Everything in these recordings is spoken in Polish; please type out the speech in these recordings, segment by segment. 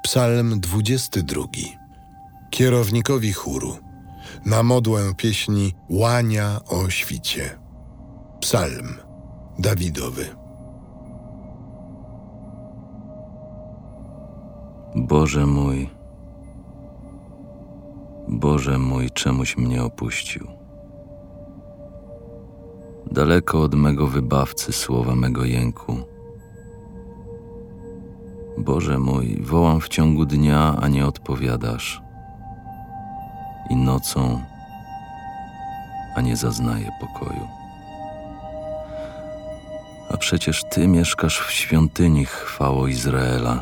Psalm 22. Kierownikowi chóru. Na modłę pieśni Łania o świcie. Psalm Dawidowy. Boże mój, czemuś mnie opuścił? Daleko od mego wybawcy słowa mego jęku. Boże mój, wołam w ciągu dnia, a nie odpowiadasz, i nocą, a nie zaznaję pokoju. A przecież Ty mieszkasz w świątyni, chwało Izraela.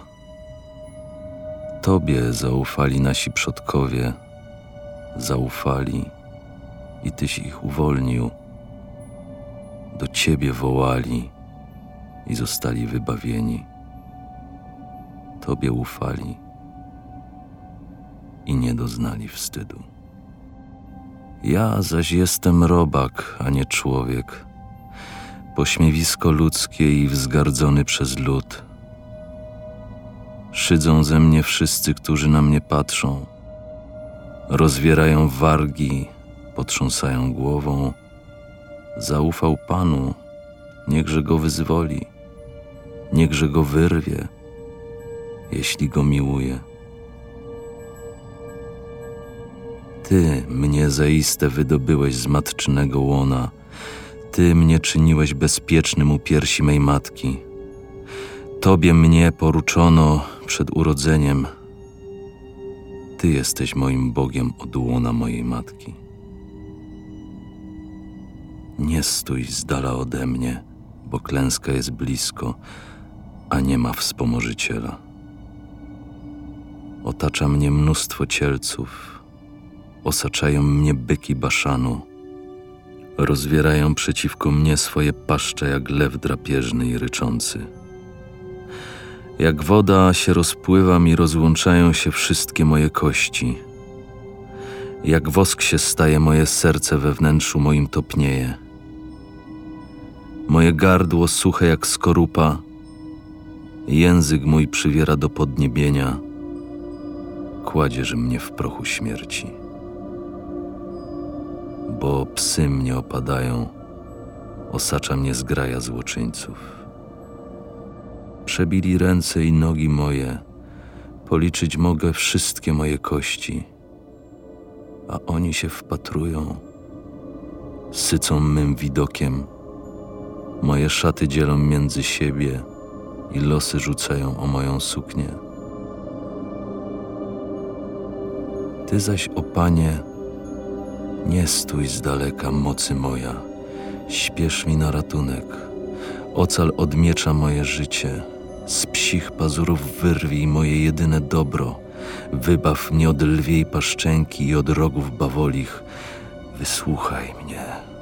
Tobie zaufali nasi przodkowie, zaufali i Tyś ich uwolnił. Do Ciebie wołali i zostali wybawieni. Tobie ufali i nie doznali wstydu. Ja zaś jestem robak, a nie człowiek, pośmiewisko ludzkie i wzgardzony przez lud. Szydzą ze mnie wszyscy, którzy na mnie patrzą. Rozwierają wargi, potrząsają głową. Zaufał Panu, niechże go wyzwoli, niechże go wyrwie, jeśli go miłuje. Ty mnie zaiste wydobyłeś z matczynego łona, Ty mnie czyniłeś bezpiecznym u piersi mej matki. Tobie mnie poruczono przed urodzeniem. Ty jesteś moim Bogiem od łona mojej matki. Nie stój z dala ode mnie, bo klęska jest blisko, a nie ma wspomożyciela. Otacza mnie mnóstwo cielców, osaczają mnie byki Baszanu. Rozwierają przeciwko mnie swoje paszcze jak lew drapieżny i ryczący. Jak woda się rozpływam i rozłączają się wszystkie moje kości. Jak wosk się staje moje serce we wnętrzu moim topnieje. Moje gardło suche jak skorupa, język mój przywiera do podniebienia, kładziesz mnie w prochu śmierci. Bo psy mnie opadają, osacza mnie zgraja złoczyńców. Przebili ręce i nogi moje, policzyć mogę wszystkie moje kości, a oni się wpatrują, sycą mym widokiem. Moje szaty dzielą między siebie i losy rzucają o moją suknię. Ty zaś, o Panie, nie stój z daleka, mocy moja, śpiesz mi na ratunek, ocal od miecza moje życie, z psich pazurów wyrwij moje jedyne dobro, wybaw mnie od lwiej paszczęki i od rogów bawolich, wysłuchaj mnie.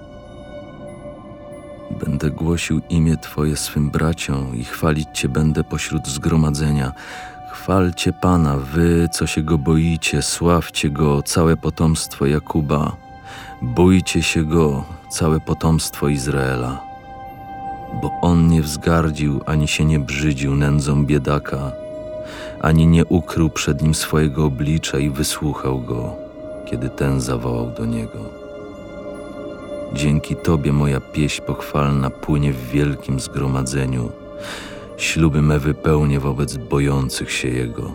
Będę głosił imię Twoje swym braciom i chwalić Cię będę pośród zgromadzenia. Chwalcie Pana, wy, co się Go boicie, sławcie Go, całe potomstwo Jakuba. Bójcie się Go, całe potomstwo Izraela. Bo On nie wzgardził, ani się nie brzydził nędzą biedaka, ani nie ukrył przed Nim swojego oblicza i wysłuchał Go, kiedy ten zawołał do Niego. Dzięki Tobie moja pieśń pochwalna płynie w wielkim zgromadzeniu. Śluby me wypełnię wobec bojących się Jego.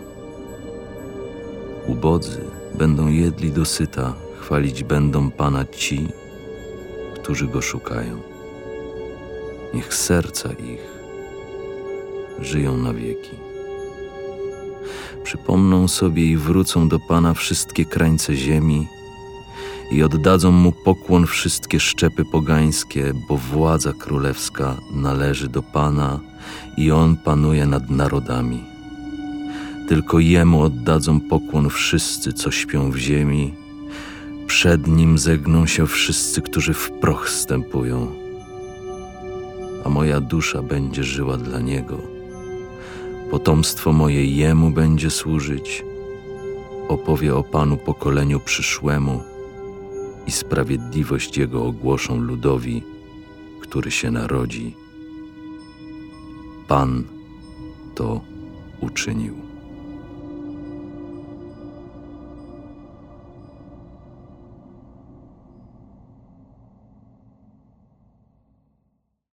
Ubodzy będą jedli dosyta, chwalić będą Pana ci, którzy Go szukają. Niech serca ich żyją na wieki. Przypomną sobie i wrócą do Pana wszystkie krańce ziemi i oddadzą Mu pokłon wszystkie szczepy pogańskie, bo władza królewska należy do Pana i On panuje nad narodami. Tylko Jemu oddadzą pokłon wszyscy, co śpią w ziemi. Przed Nim zegną się wszyscy, którzy w proch wstępują. A moja dusza będzie żyła dla Niego. Potomstwo moje Jemu będzie służyć. Opowie o Panu pokoleniu przyszłemu i sprawiedliwość Jego ogłoszą ludowi, który się narodzi. Pan to uczynił.